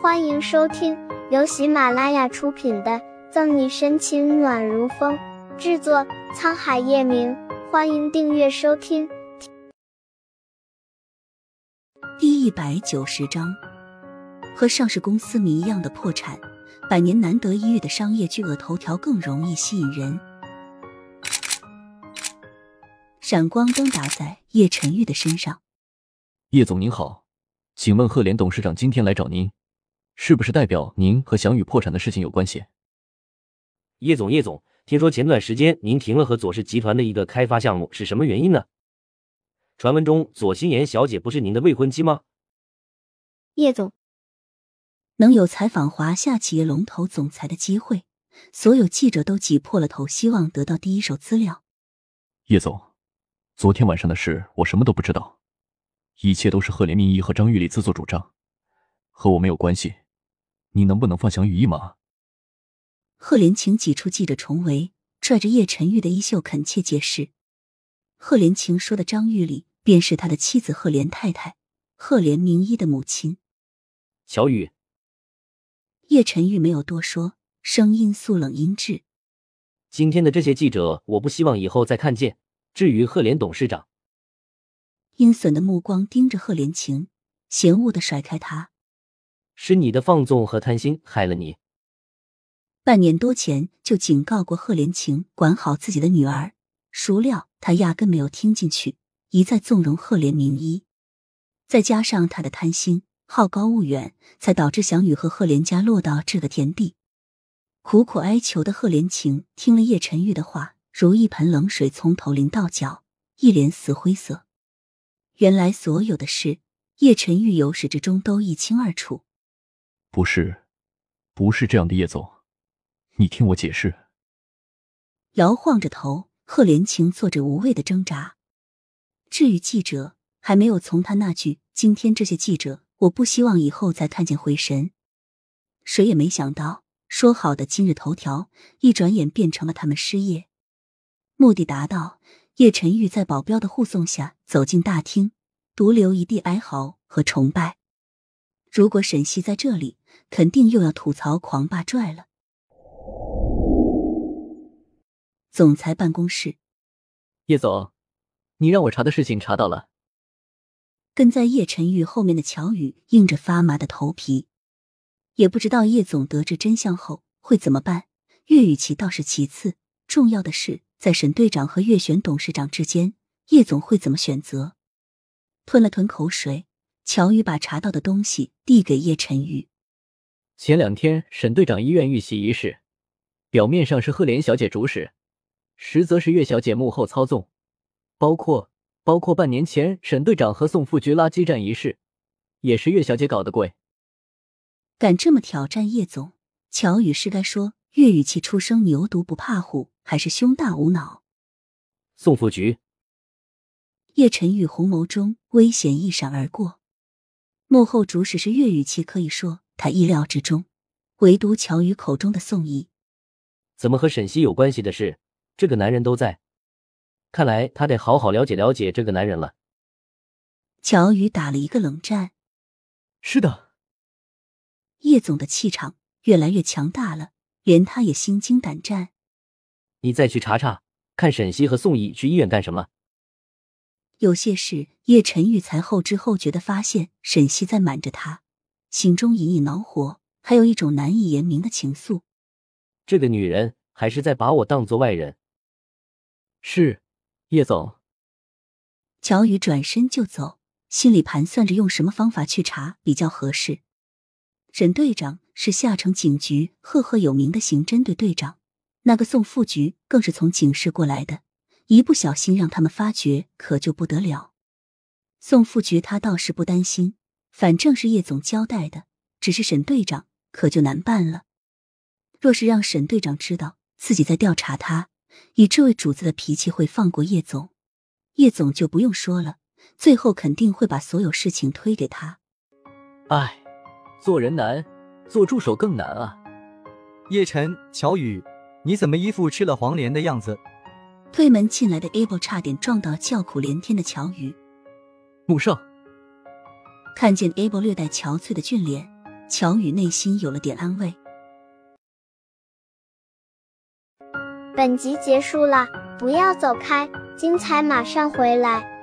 欢迎收听由喜马拉雅出品的《赠你深情暖如风》，制作沧海夜明。欢迎订阅收听。 第190章，和上市公司谜一样的破产，100年难得一遇的商业巨鳄头条更容易吸引人。闪光灯打在叶晨玉的身上。 叶总您好，请问赫联董事长今天来找您，是不是代表您和翔宇破产的事情有关系？ 叶总，听说前段时间您停了和左氏集团的一个开发项目，是什么原因呢？传闻中左心妍小姐不是您的未婚妻吗？ 叶总， 能有采访华夏企业龙头总裁的机会，所有记者都挤破了头，希望得到第一手资料。 叶总，昨天晚上的事我什么都不知道，一切都是赫联名医和张玉丽自作主张，和我没有关系，你能不能放翔宇一马？ 赫连晴挤出记者重围，拽着叶晨玉的衣袖恳切解释。赫连晴说的张玉丽便是他的妻子赫连太太，赫连名医的母亲。 乔宇。 叶晨玉没有多说，声音肃冷阴鸷。 今天的这些记者我不希望以后再看见，至于赫连董事长。 阴损的目光盯着赫连晴，嫌恶地甩开他。 是你的放纵和贪心害了你。 半年多前就警告过赫连晴管好自己的女儿，孰料他压根没有听进去，一再纵容赫连名医。再加上他的贪心，好高骛远，才导致翔宇和赫连家落到这个田地。苦苦哀求的赫连晴听了叶晨玉的话，如一盆冷水从头淋到脚，一脸死灰色。原来所有的事，叶晨玉由始至终都一清二楚。 不是这样的，叶总，你听我解释。 摇晃着头，赫连晴做着无谓的挣扎。至于记者，还没有从他那句今天这些记者我不希望以后再看见回神。谁也没想到，说好的今日头条一转眼变成了他们失业。目的达到，叶晨玉在保镖的护送下走进大厅，独留一地哀嚎和崇拜。如果沈西在这里，肯定又要吐槽狂霸拽了。总裁办公室。 叶总，你让我查的事情查到了。 跟在叶晨玉后面的乔宇硬着发麻的头皮，也不知道叶总得知真相后会怎么办。岳雨琪倒是其次，重要的是在沈队长和岳璇董事长之间，叶总会怎么选择。吞了吞口水，乔宇把查到的东西递给叶晨玉。 前2天沈队长医院遇袭一事，表面上是赫连小姐主使，实则是岳小姐幕后操纵，包括半年前沈队长和宋副局拉激战一事，也是岳小姐搞的鬼。 敢这么挑战叶总，乔宇是该说岳雨琪出生牛犊不怕虎，还是胸大无脑？ 宋副局。 叶晨玉红眸中危险一闪而过。幕后主使是岳雨琪，可以说他意料之中，唯独乔宇口中的宋毅， 怎么和沈西有关系的事，这个男人都在。看来他得好好了解了解这个男人了。 乔宇打了一个冷战。 是的。 叶总的气场越来越强大了，连他也心惊胆战。 你再去查查，看沈西和宋毅去医院干什么。 有些事叶晨玉才后知后觉地发现沈西在瞒着他，心中隐隐恼火，还有一种难以言明的情愫。 这个女人还是在把我当作外人。 是，叶总。 乔宇转身就走，心里盘算着用什么方法去查比较合适。沈队长是下城警局赫赫有名的刑侦队队长，那个宋副局更是从警市过来的，一不小心让他们发觉可就不得了。宋副局他倒是不担心，反正是叶总交代的，只是沈队长可就难办了。若是让沈队长知道自己在调查他，以这位主子的脾气会放过叶总，叶总就不用说了，最后肯定会把所有事情推给他。 唉，做人难，做助手更难啊。 叶晨，乔宇，你怎么一副吃了黄连的样子？ 推门进来的 Abel 差点撞到叫苦连天的乔宇。 穆少。 看见 Abel 略带憔悴的俊脸， 乔宇内心有了点安慰。 本集结束了，不要走开，精彩马上回来。